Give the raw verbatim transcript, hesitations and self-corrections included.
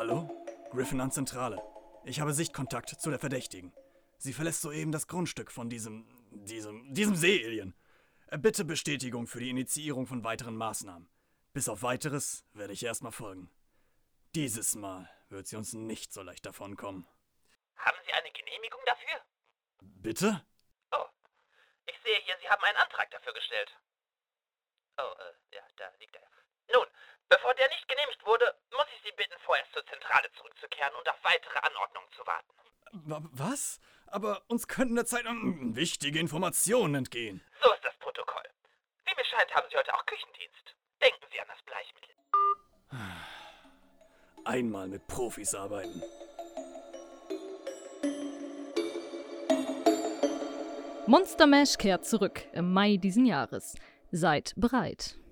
Hallo? Griffin an Zentrale. Ich habe Sichtkontakt zu der Verdächtigen. Sie verlässt soeben das Grundstück von diesem, diesem, diesem Seealien. Bitte Bestätigung für die Initiierung von weiteren Maßnahmen. Bis auf Weiteres werde ich erstmal folgen. Dieses Mal wird sie uns nicht so leicht davonkommen. Haben Sie eine Genehmigung dafür? Bitte? Oh, ich sehe hier, Sie haben einen Antrag dafür gestellt. Oh, äh, ja, da liegt er. Nun, bevor der nicht genehmigt wurde, muss ich Sie bitten, vorerst zur Zentrale zurückzukehren und auf weitere Anordnungen zu warten. W- Was? Aber uns könnten derzeit ähm, wichtige Informationen entgehen. So ist das Protokoll. Wie mir scheint, haben Sie heute auch Küchendienst. Denken Sie an das Bleichmittel. Einmal mit Profis arbeiten. Monster Mash kehrt zurück im Mai diesen Jahres. Seid bereit.